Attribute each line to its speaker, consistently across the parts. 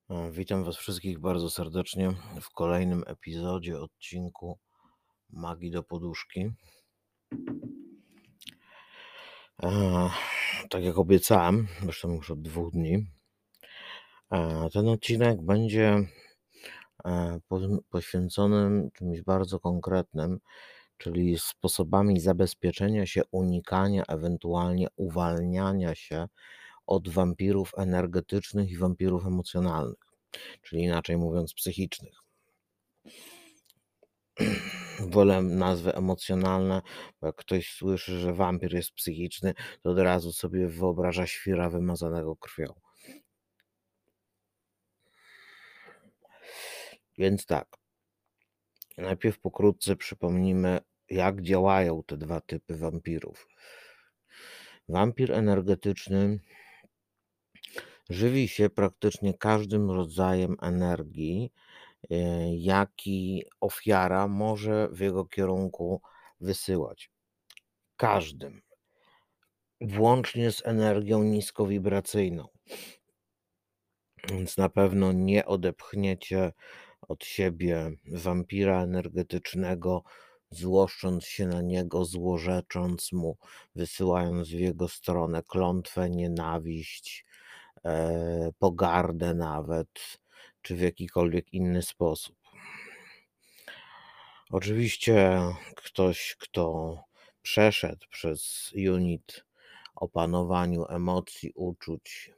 Speaker 1: Witam Was wszystkich bardzo serdecznie w kolejnym odcinku Magii do Poduszki. E, tak jak obiecałem, zresztą już od 2 dni, ten odcinek będzie poświęcony czymś bardzo konkretnym, czyli sposobami zabezpieczenia się, unikania, ewentualnie uwalniania się od wampirów energetycznych i wampirów emocjonalnych, czyli inaczej mówiąc psychicznych. Wolę nazwę emocjonalne, bo jak ktoś słyszy, że wampir jest psychiczny, to od razu sobie wyobraża świra wymazanego krwią. Więc tak, najpierw pokrótce przypomnimy, jak działają te dwa typy wampirów. Wampir energetyczny żywi się praktycznie każdym rodzajem energii, jaki ofiara może w jego kierunku wysyłać. Każdym. Włącznie z energią niskowibracyjną. Więc na pewno nie odepchniecie od siebie wampira energetycznego, złoszcząc się na niego, złorzecząc mu, wysyłając w jego stronę klątwę, nienawiść, pogardę nawet, czy w jakikolwiek inny sposób. Oczywiście ktoś, kto przeszedł przez unit opanowaniu emocji, uczuć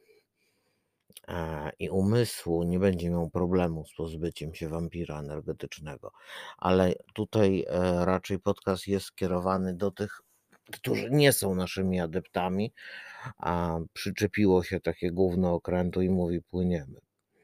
Speaker 1: i umysłu, nie będzie miał problemu z pozbyciem się wampira energetycznego. Ale tutaj raczej podcast jest skierowany do tych, którzy nie są naszymi adeptami, a przyczepiło się takie gówno okrętu i mówi płyniemy.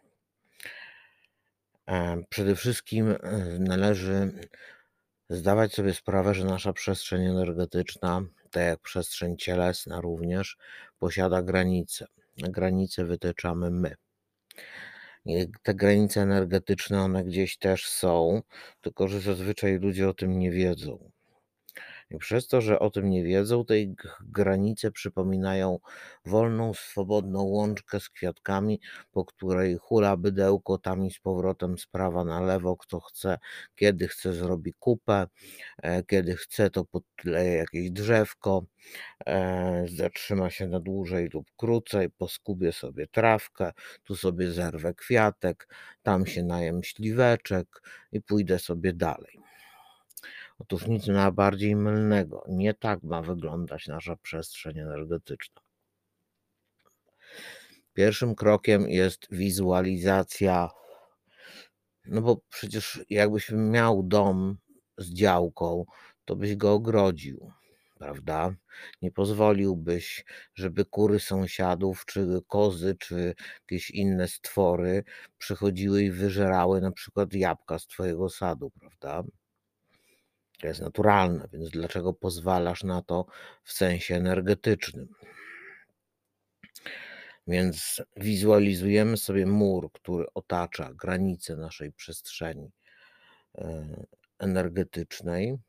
Speaker 1: Przede wszystkim należy zdawać sobie sprawę, że nasza przestrzeń energetyczna, tak jak przestrzeń cielesna również, posiada granice. Granice wytyczamy my. I te granice energetyczne, one gdzieś też są, tylko że zazwyczaj ludzie o tym nie wiedzą. I przez to, że o tym nie wiedzą, tej granice przypominają wolną, swobodną łączkę z kwiatkami, po której hula bydełko tam i z powrotem z prawa na lewo, kto chce, kiedy chce zrobi kupę, kiedy chce to podleje jakieś drzewko, zatrzyma się na dłużej lub krócej, poskubie sobie trawkę, tu sobie zerwę kwiatek, tam się najem śliweczek i pójdę sobie dalej. Otóż nic na bardziej mylnego. Nie tak ma wyglądać nasza przestrzeń energetyczna. Pierwszym krokiem jest wizualizacja, no bo przecież jakbyś miał dom z działką, to byś go ogrodził, prawda? Nie pozwoliłbyś, żeby kury sąsiadów, czy kozy, czy jakieś inne stwory przychodziły i wyżerały na przykład jabłka z twojego sadu, prawda? To jest naturalne, więc dlaczego pozwalasz na to w sensie energetycznym? Więc wizualizujemy sobie mur, który otacza granice naszej przestrzeni energetycznej.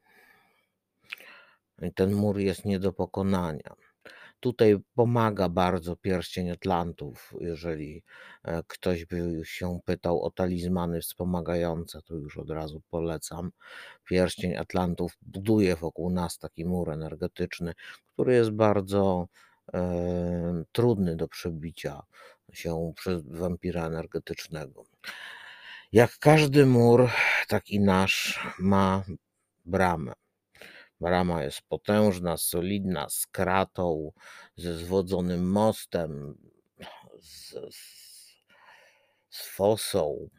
Speaker 1: I ten mur jest nie do pokonania. Tutaj pomaga bardzo pierścień Atlantów. Jeżeli ktoś by się pytał o talizmany wspomagające, to już od razu polecam. Pierścień Atlantów buduje wokół nas taki mur energetyczny, który jest bardzo trudny do przebicia się przez wampira energetycznego. Jak każdy mur, tak i nasz ma bramę. Brama jest potężna, solidna, z kratą, ze zwodzonym mostem, z, z fosą.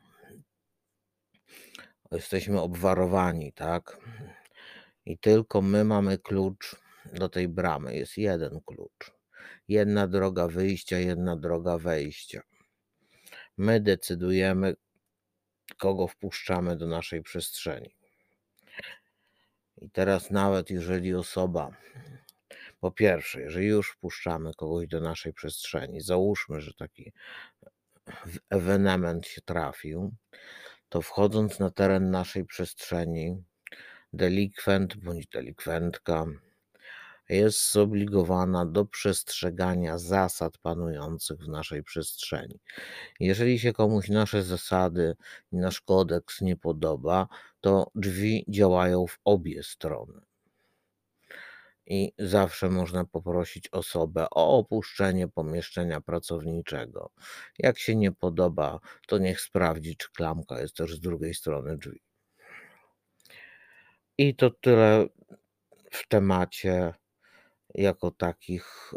Speaker 1: Jesteśmy obwarowani, tak? I tylko my mamy klucz do tej bramy. Jest jeden klucz. Jedna droga wyjścia, jedna droga wejścia. My decydujemy, kogo wpuszczamy do naszej przestrzeni. I teraz nawet jeżeli osoba, po pierwsze, jeżeli już wpuszczamy kogoś do naszej przestrzeni, załóżmy, że taki ewenement się trafił, to wchodząc na teren naszej przestrzeni, delikwent bądź delikwentka, jest zobligowana do przestrzegania zasad panujących w naszej przestrzeni. Jeżeli się komuś nasze zasady i nasz kodeks nie podoba, to drzwi działają w obie strony. I zawsze można poprosić osobę o opuszczenie pomieszczenia pracowniczego. Jak się nie podoba, to niech sprawdzi, czy klamka jest też z drugiej strony drzwi. I to tyle w temacie jako takich,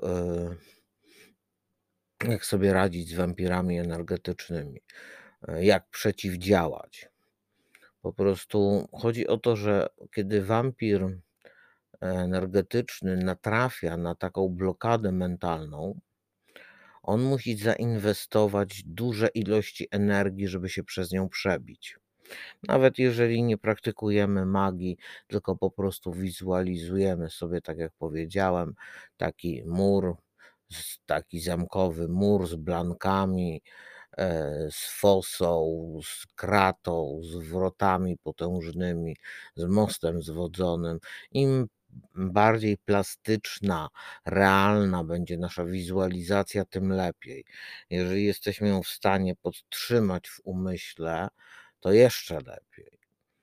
Speaker 1: jak sobie radzić z wampirami energetycznymi, jak przeciwdziałać. Po prostu chodzi o to, że kiedy wampir energetyczny natrafia na taką blokadę mentalną, on musi zainwestować duże ilości energii, żeby się przez nią przebić. Nawet jeżeli nie praktykujemy magii, tylko po prostu wizualizujemy sobie, tak jak powiedziałem, taki mur, taki zamkowy mur z blankami, z fosą, z kratą, z wrotami potężnymi, z mostem zwodzonym. Im bardziej plastyczna, realna będzie nasza wizualizacja, tym lepiej. Jeżeli jesteśmy ją w stanie podtrzymać w umyśle, to jeszcze lepiej.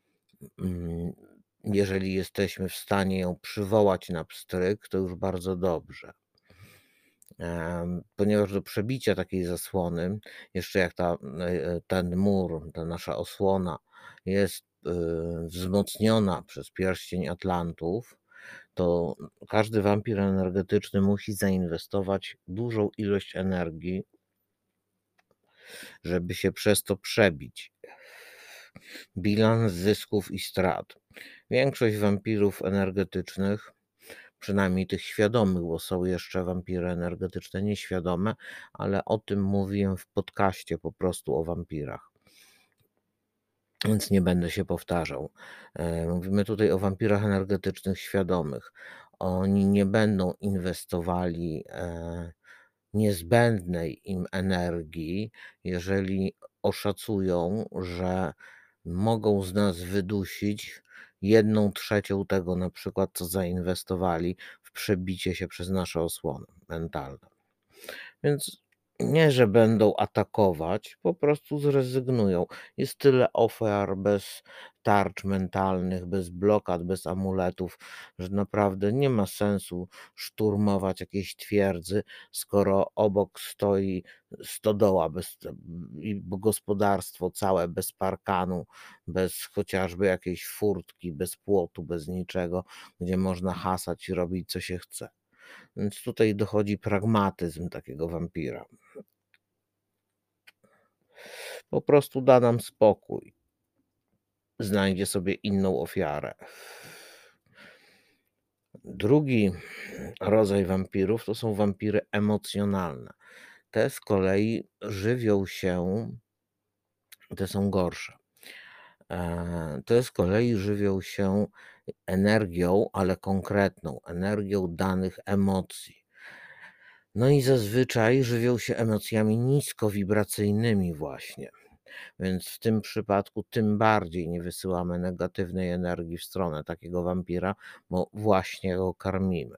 Speaker 1: Jeżeli jesteśmy w stanie ją przywołać na pstryk, to już bardzo dobrze. Ponieważ do przebicia takiej zasłony, jeszcze jak ten mur, ta nasza osłona jest wzmocniona przez pierścień Atlantów, to każdy wampir energetyczny musi zainwestować dużą ilość energii, żeby się przez to przebić. Bilans zysków i strat. Większość wampirów energetycznych, przynajmniej tych świadomych, bo są jeszcze wampiry energetyczne nieświadome, ale o tym mówiłem w podcaście po prostu o wampirach, więc nie będę się powtarzał. Mówimy tutaj o wampirach energetycznych świadomych. Oni nie będą inwestowali niezbędnej im energii, jeżeli oszacują, że mogą z nas wydusić 1/3 tego na przykład, co zainwestowali w przebicie się przez nasze osłony mentalne. Więc nie, że będą atakować, po prostu zrezygnują. Jest tyle ofiar bez tarcz mentalnych, bez blokad, bez amuletów, że naprawdę nie ma sensu szturmować jakiejś twierdzy, skoro obok stoi stodoła i gospodarstwo całe bez parkanu, bez chociażby jakiejś furtki, bez płotu, bez niczego, gdzie można hasać i robić co się chce. Więc tutaj dochodzi pragmatyzm takiego wampira. Po prostu da nam spokój. Znajdzie sobie inną ofiarę. Drugi rodzaj wampirów to są wampiry emocjonalne. Te z kolei żywią się, te są gorsze. Te z kolei żywią się energią, ale konkretną, energią danych emocji. No i zazwyczaj żywią się emocjami niskowibracyjnymi właśnie. Więc w tym przypadku tym bardziej nie wysyłamy negatywnej energii w stronę takiego wampira, bo właśnie go karmimy.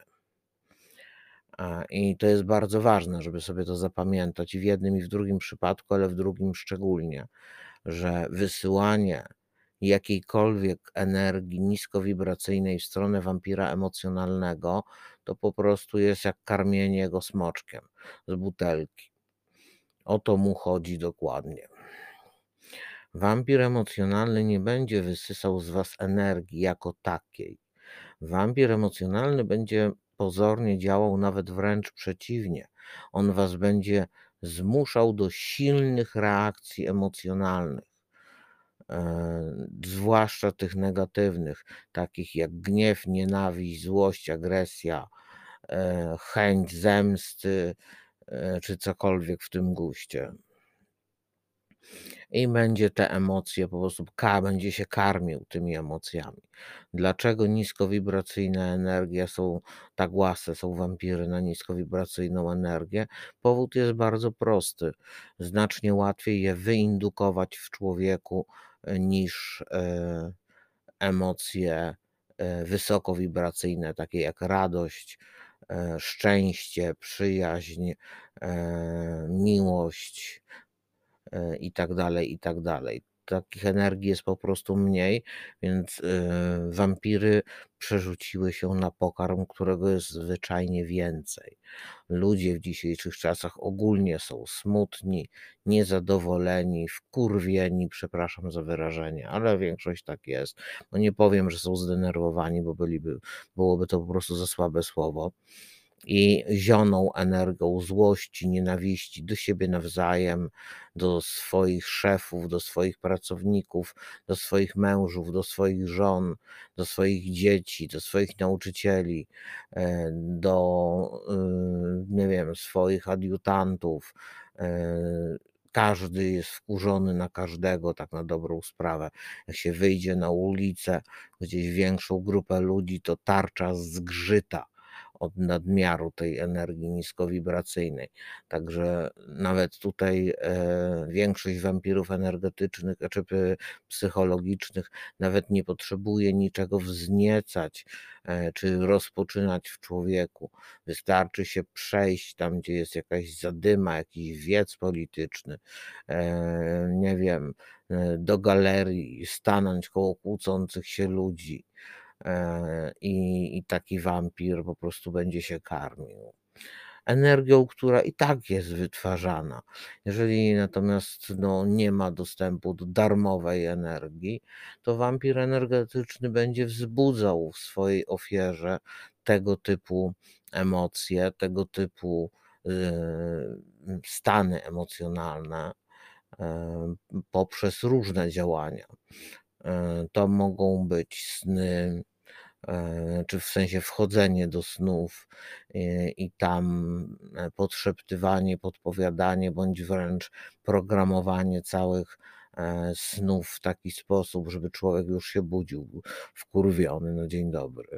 Speaker 1: I to jest bardzo ważne, żeby sobie to zapamiętać i w jednym, i w drugim przypadku, ale w drugim szczególnie, że wysyłanie jakiejkolwiek energii niskowibracyjnej w stronę wampira emocjonalnego to po prostu jest jak karmienie go smoczkiem z butelki. O to mu chodzi dokładnie. Wampir emocjonalny nie będzie wysysał z was energii jako takiej. Wampir emocjonalny będzie pozornie działał nawet wręcz przeciwnie. On was będzie zmuszał do silnych reakcji emocjonalnych, zwłaszcza tych negatywnych, takich jak gniew, nienawiść, złość, agresja, chęć zemsty, czy cokolwiek w tym guście. I będzie te emocje po prostu będzie się karmił tymi emocjami. Dlaczego niskowibracyjne energie są tak łasne, są wampiry na niskowibracyjną energię? Powód jest bardzo prosty. Znacznie łatwiej je wyindukować w człowieku niż emocje wysokowibracyjne, takie jak radość, szczęście, przyjaźń, miłość, i tak dalej, i tak dalej. Takich energii jest po prostu mniej, więc wampiry przerzuciły się na pokarm, którego jest zwyczajnie więcej. Ludzie w dzisiejszych czasach ogólnie są smutni, niezadowoleni, wkurwieni, przepraszam za wyrażenie, ale większość tak jest. No nie powiem, że są zdenerwowani, bo byłoby to po prostu za słabe słowo. I zioną energią złości, nienawiści do siebie nawzajem, do swoich szefów, do swoich pracowników, do swoich mężów, do swoich żon, do swoich dzieci, do swoich nauczycieli, do, nie wiem, swoich adiutantów. Każdy jest wkurzony na każdego, tak na dobrą sprawę. Jak się wyjdzie na ulicę, gdzieś większą grupę ludzi, to tarcza zgrzyta od nadmiaru tej energii niskowibracyjnej. Także nawet tutaj większość wampirów energetycznych, czy psychologicznych nawet nie potrzebuje niczego wzniecać czy rozpoczynać w człowieku. Wystarczy się przejść tam, gdzie jest jakaś zadyma, jakiś wiec polityczny, nie wiem, do galerii, stanąć koło kłócących się ludzi. I taki wampir po prostu będzie się karmił energią, która i tak jest wytwarzana. Jeżeli natomiast nie ma dostępu do darmowej energii, to wampir energetyczny będzie wzbudzał w swojej ofierze tego typu emocje, tego typu stany emocjonalne poprzez różne działania. To mogą być sny, czy w sensie wchodzenie do snów, i tam podszeptywanie, podpowiadanie bądź wręcz programowanie całych snów w taki sposób, żeby człowiek już się budził wkurwiony. No dzień dobry.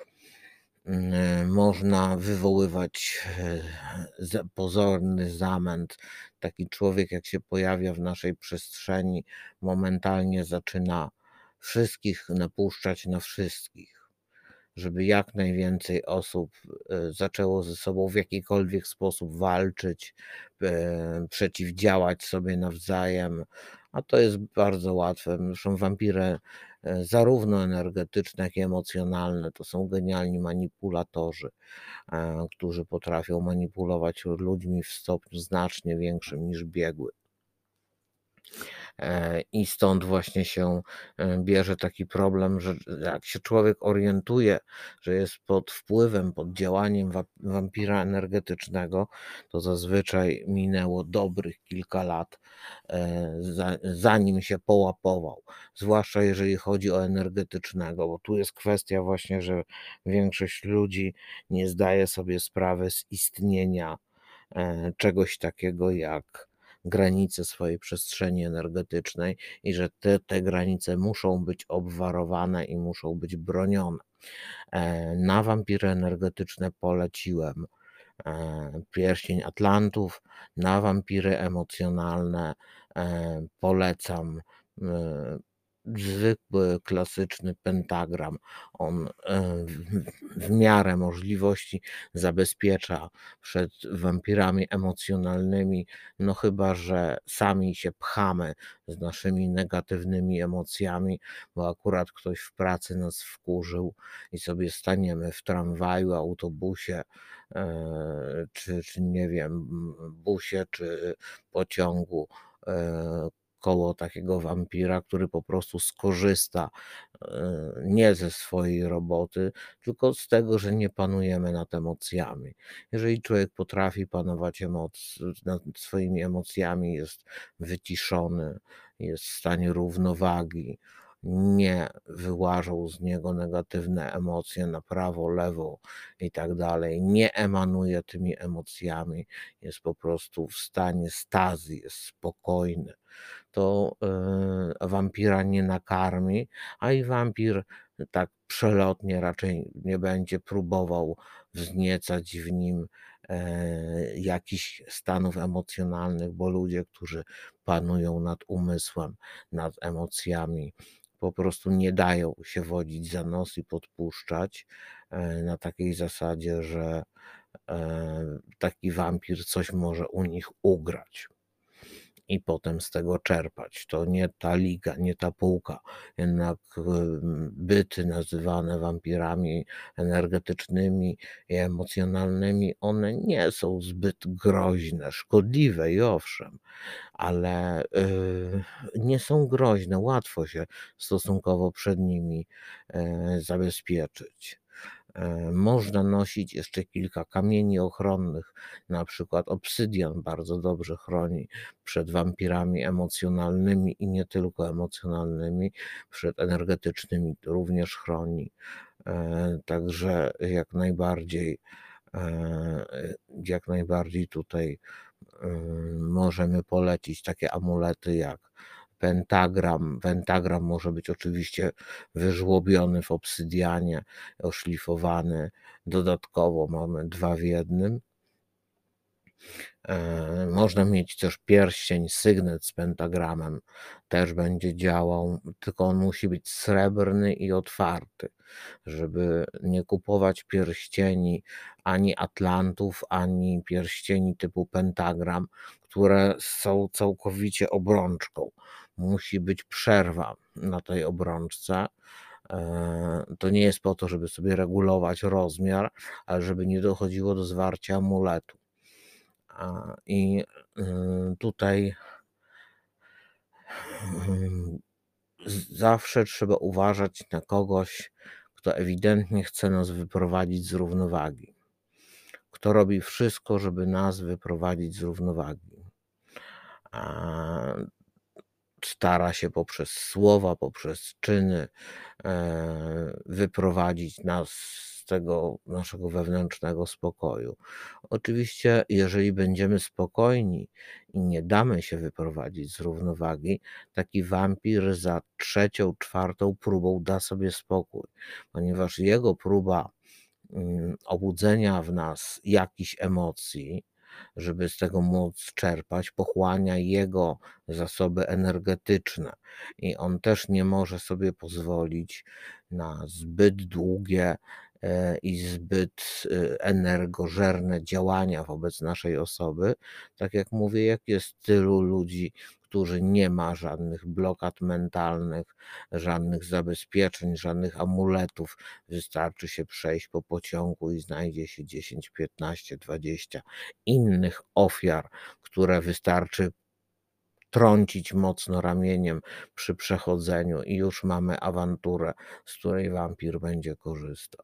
Speaker 1: Można wywoływać pozorny zamęt. Taki człowiek, jak się pojawia w naszej przestrzeni, momentalnie zaczyna wszystkich napuszczać na wszystkich, żeby jak najwięcej osób zaczęło ze sobą w jakikolwiek sposób walczyć, przeciwdziałać sobie nawzajem, a to jest bardzo łatwe. Zresztą wampiry zarówno energetyczne, jak i emocjonalne to są genialni manipulatorzy, którzy potrafią manipulować ludźmi w stopniu znacznie większym niż biegły. I stąd właśnie się bierze taki problem, że jak się człowiek orientuje, że jest pod wpływem, pod działaniem wampira energetycznego, to zazwyczaj minęło dobrych kilka lat, zanim się połapował. Zwłaszcza jeżeli chodzi o energetycznego, bo tu jest kwestia właśnie, że większość ludzi nie zdaje sobie sprawy z istnienia czegoś takiego jak granice swojej przestrzeni energetycznej i że te granice muszą być obwarowane i muszą być bronione. Na wampiry energetyczne poleciłem Pierścień Atlantów, na wampiry emocjonalne polecam zwykły, klasyczny pentagram. On w miarę możliwości zabezpiecza przed wampirami emocjonalnymi, no chyba że sami się pchamy z naszymi negatywnymi emocjami, bo akurat ktoś w pracy nas wkurzył i sobie staniemy w tramwaju, autobusie, czy nie wiem, busie, czy pociągu koło takiego wampira, który po prostu skorzysta nie ze swojej roboty, tylko z tego, że nie panujemy nad emocjami. Jeżeli człowiek potrafi panować nad swoimi emocjami, jest wyciszony, jest w stanie równowagi, nie wyłażą z niego negatywne emocje na prawo, lewo i tak dalej, nie emanuje tymi emocjami, jest po prostu w stanie stazji, jest spokojny, to wampira nie nakarmi, a i wampir tak przelotnie raczej nie będzie próbował wzniecać w nim jakichś stanów emocjonalnych, bo ludzie, którzy panują nad umysłem, nad emocjami, po prostu nie dają się wodzić za nos i podpuszczać, na takiej zasadzie, że taki wampir coś może u nich ugrać i potem z tego czerpać. To nie ta liga, nie ta półka. Jednak byty nazywane wampirami energetycznymi i emocjonalnymi, one nie są zbyt groźne, szkodliwe i owszem, ale nie są groźne. Łatwo się stosunkowo przed nimi zabezpieczyć. Można nosić jeszcze kilka kamieni ochronnych, na przykład obsydian bardzo dobrze chroni przed wampirami emocjonalnymi i nie tylko emocjonalnymi, przed energetycznymi również chroni. Także jak najbardziej tutaj możemy polecić takie amulety jak pentagram. Pentagram może być oczywiście wyżłobiony w obsydianie, oszlifowany. Dodatkowo mamy 2 w 1. Można mieć też pierścień, sygnet z pentagramem, też będzie działał, tylko on musi być srebrny i otwarty, żeby nie kupować pierścieni ani atlantów, ani pierścieni typu pentagram, które są całkowicie obrączką. Musi być przerwa na tej obrączce. To nie jest po to, żeby sobie regulować rozmiar, ale żeby nie dochodziło do zwarcia amuletu. I tutaj zawsze trzeba uważać na kogoś, kto ewidentnie chce nas wyprowadzić z równowagi, kto robi wszystko, żeby nas wyprowadzić z równowagi. Stara się poprzez słowa, poprzez czyny wyprowadzić nas z tego naszego wewnętrznego spokoju. Oczywiście, jeżeli będziemy spokojni i nie damy się wyprowadzić z równowagi, taki wampir za 3., 4. próbą da sobie spokój, ponieważ jego próba obudzenia w nas jakichś emocji, żeby z tego móc czerpać, pochłania jego zasoby energetyczne i on też nie może sobie pozwolić na zbyt długie i zbyt energożerne działania wobec naszej osoby. Tak jak mówię, jak jest tylu ludzi, którzy nie ma żadnych blokad mentalnych, żadnych zabezpieczeń, żadnych amuletów. Wystarczy się przejść po pociągu i znajdzie się 10, 15, 20 innych ofiar, które wystarczy trącić mocno ramieniem przy przechodzeniu i już mamy awanturę, z której wampir będzie korzystał.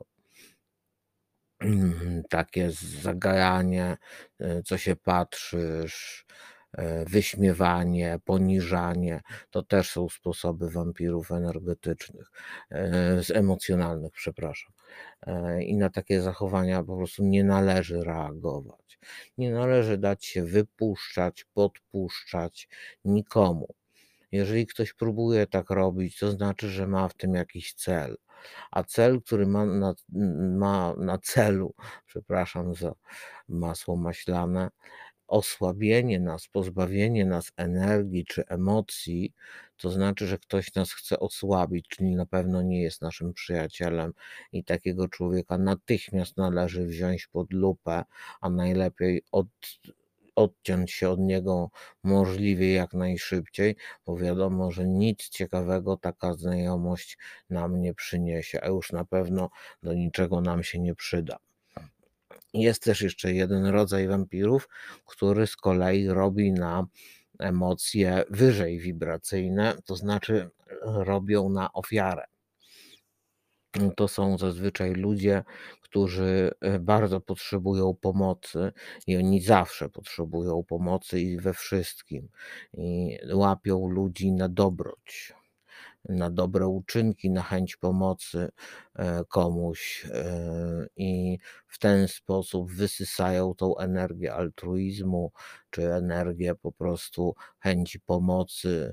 Speaker 1: Takie zagajanie, co się patrzysz, wyśmiewanie, poniżanie, to też są sposoby wampirów energetycznych, emocjonalnych, przepraszam. I na takie zachowania po prostu nie należy reagować. Nie należy dać się wypuszczać, podpuszczać nikomu. Jeżeli ktoś próbuje tak robić, to znaczy, że ma w tym jakiś cel. A cel, który ma na celu, przepraszam za masło maślane, osłabienie nas, pozbawienie nas energii czy emocji, to znaczy, że ktoś nas chce osłabić, czyli na pewno nie jest naszym przyjacielem i takiego człowieka natychmiast należy wziąć pod lupę, a najlepiej odciąć się od niego możliwie jak najszybciej, bo wiadomo, że nic ciekawego taka znajomość nam nie przyniesie, a już na pewno do niczego nam się nie przyda. Jest też jeszcze jeden rodzaj wampirów, który z kolei robi na emocje wyżej wibracyjne, to znaczy robią na ofiarę. To są zazwyczaj ludzie, którzy bardzo potrzebują pomocy i oni zawsze potrzebują pomocy i we wszystkim. I łapią ludzi na dobroć, na dobre uczynki, na chęć pomocy komuś i w ten sposób wysysają tą energię altruizmu, czy energię po prostu chęci pomocy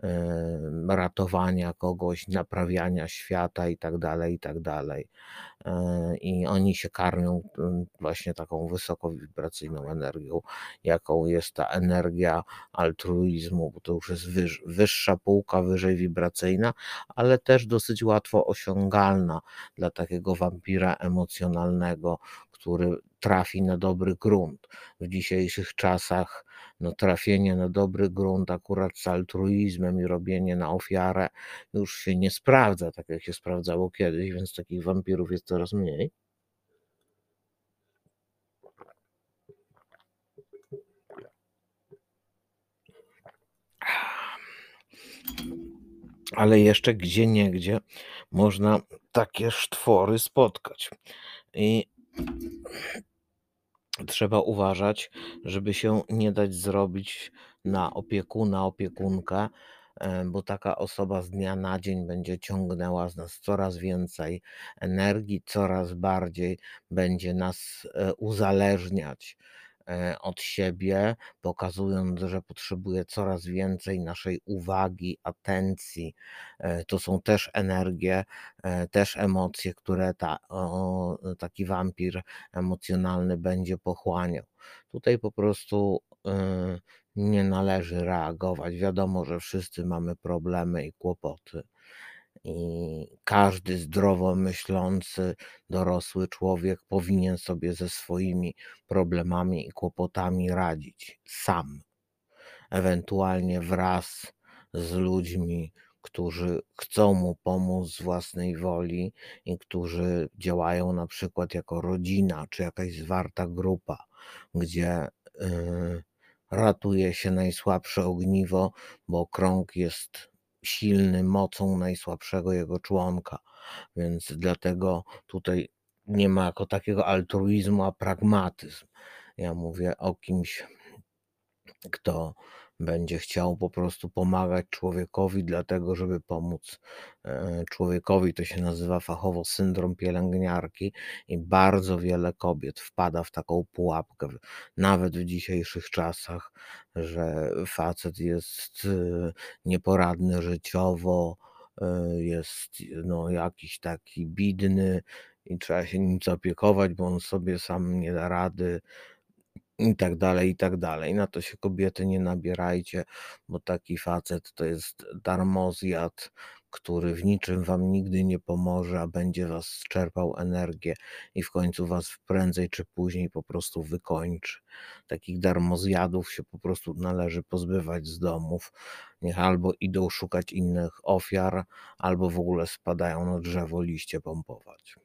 Speaker 1: ratowania kogoś, naprawiania świata i tak dalej, i tak dalej. I oni się karmią właśnie taką wysokowibracyjną energią, jaką jest ta energia altruizmu, bo to już jest wyższa półka, wyżej wibracyjna, ale też dosyć łatwo osiągalna dla takiego wampira emocjonalnego, który trafi na dobry grunt. W dzisiejszych czasach trafienie na dobry grunt akurat z altruizmem i robienie na ofiarę już się nie sprawdza, tak jak się sprawdzało kiedyś, więc takich wampirów jest coraz mniej. Ale jeszcze gdzieniegdzie można takie sztwory spotkać. I trzeba uważać, żeby się nie dać zrobić na opiekuna, opiekunkę, bo taka osoba z dnia na dzień będzie ciągnęła z nas coraz więcej energii, coraz bardziej będzie nas uzależniać od siebie, pokazując, że potrzebuje coraz więcej naszej uwagi, atencji. To są też energie, też emocje, które taki wampir emocjonalny będzie pochłaniał. Tutaj po prostu nie należy reagować. Wiadomo, że wszyscy mamy problemy i kłopoty. I każdy zdrowo myślący, dorosły człowiek powinien sobie ze swoimi problemami i kłopotami radzić sam, ewentualnie wraz z ludźmi, którzy chcą mu pomóc z własnej woli i którzy działają na przykład jako rodzina czy jakaś zwarta grupa, gdzie ratuje się najsłabsze ogniwo, bo krąg jest silny mocą najsłabszego jego członka. Więc dlatego tutaj nie ma jako takiego altruizmu, a pragmatyzm. Ja mówię o kimś, kto będzie chciał po prostu pomagać człowiekowi, dlatego żeby pomóc człowiekowi. To się nazywa fachowo syndrom pielęgniarki i bardzo wiele kobiet wpada w taką pułapkę, nawet w dzisiejszych czasach, że facet jest nieporadny życiowo, jest jakiś taki bidny i trzeba się nim zaopiekować, bo on sobie sam nie da rady. I tak dalej, i tak dalej. Na to się kobiety nie nabierajcie, bo taki facet to jest darmozjad, który w niczym wam nigdy nie pomoże, a będzie was czerpał energię i w końcu was prędzej czy później po prostu wykończy. Takich darmozjadów się po prostu należy pozbywać z domów. Niech albo idą szukać innych ofiar, albo w ogóle spadają na drzewo liście pompować.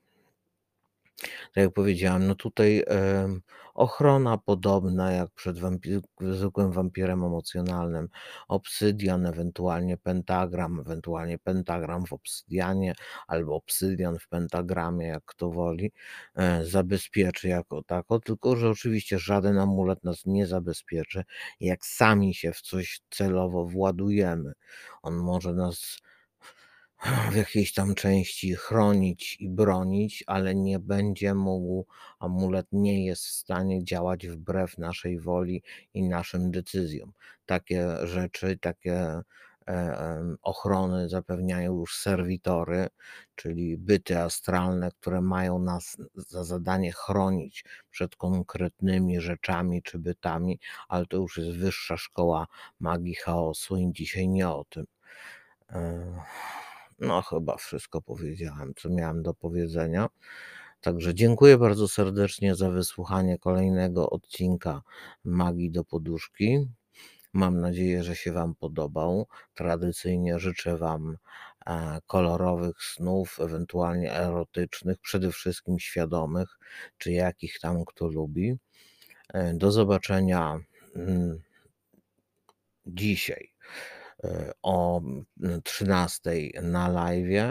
Speaker 1: Tak jak powiedziałem, tutaj ochrona podobna jak przed zwykłym wampirem emocjonalnym, obsydian, ewentualnie pentagram w obsydianie albo obsydian w pentagramie, jak kto woli, zabezpieczy jako tako, tylko że oczywiście żaden amulet nas nie zabezpieczy, jak sami się w coś celowo władujemy. On może nas w jakiejś tam części chronić i bronić, ale nie będzie mógł, amulet nie jest w stanie działać wbrew naszej woli i naszym decyzjom. Takie rzeczy, takie ochrony zapewniają już serwitory, czyli byty astralne, które mają nas za zadanie chronić przed konkretnymi rzeczami czy bytami, ale to już jest wyższa szkoła magii chaosu i dzisiaj nie o tym. Chyba wszystko powiedziałem, co miałem do powiedzenia. Także dziękuję bardzo serdecznie za wysłuchanie kolejnego odcinka Magii do Poduszki. Mam nadzieję, że się wam podobał. Tradycyjnie życzę wam kolorowych snów, ewentualnie erotycznych, przede wszystkim świadomych, czy jakich tam kto lubi. Do zobaczenia dzisiaj o 13 na live'ie.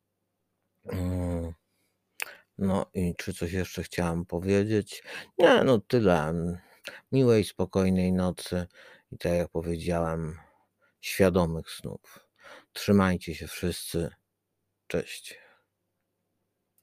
Speaker 1: I czy coś jeszcze chciałem powiedzieć? Nie, tyle. Miłej, spokojnej nocy i tak jak powiedziałem, świadomych snów. Trzymajcie się wszyscy. Cześć.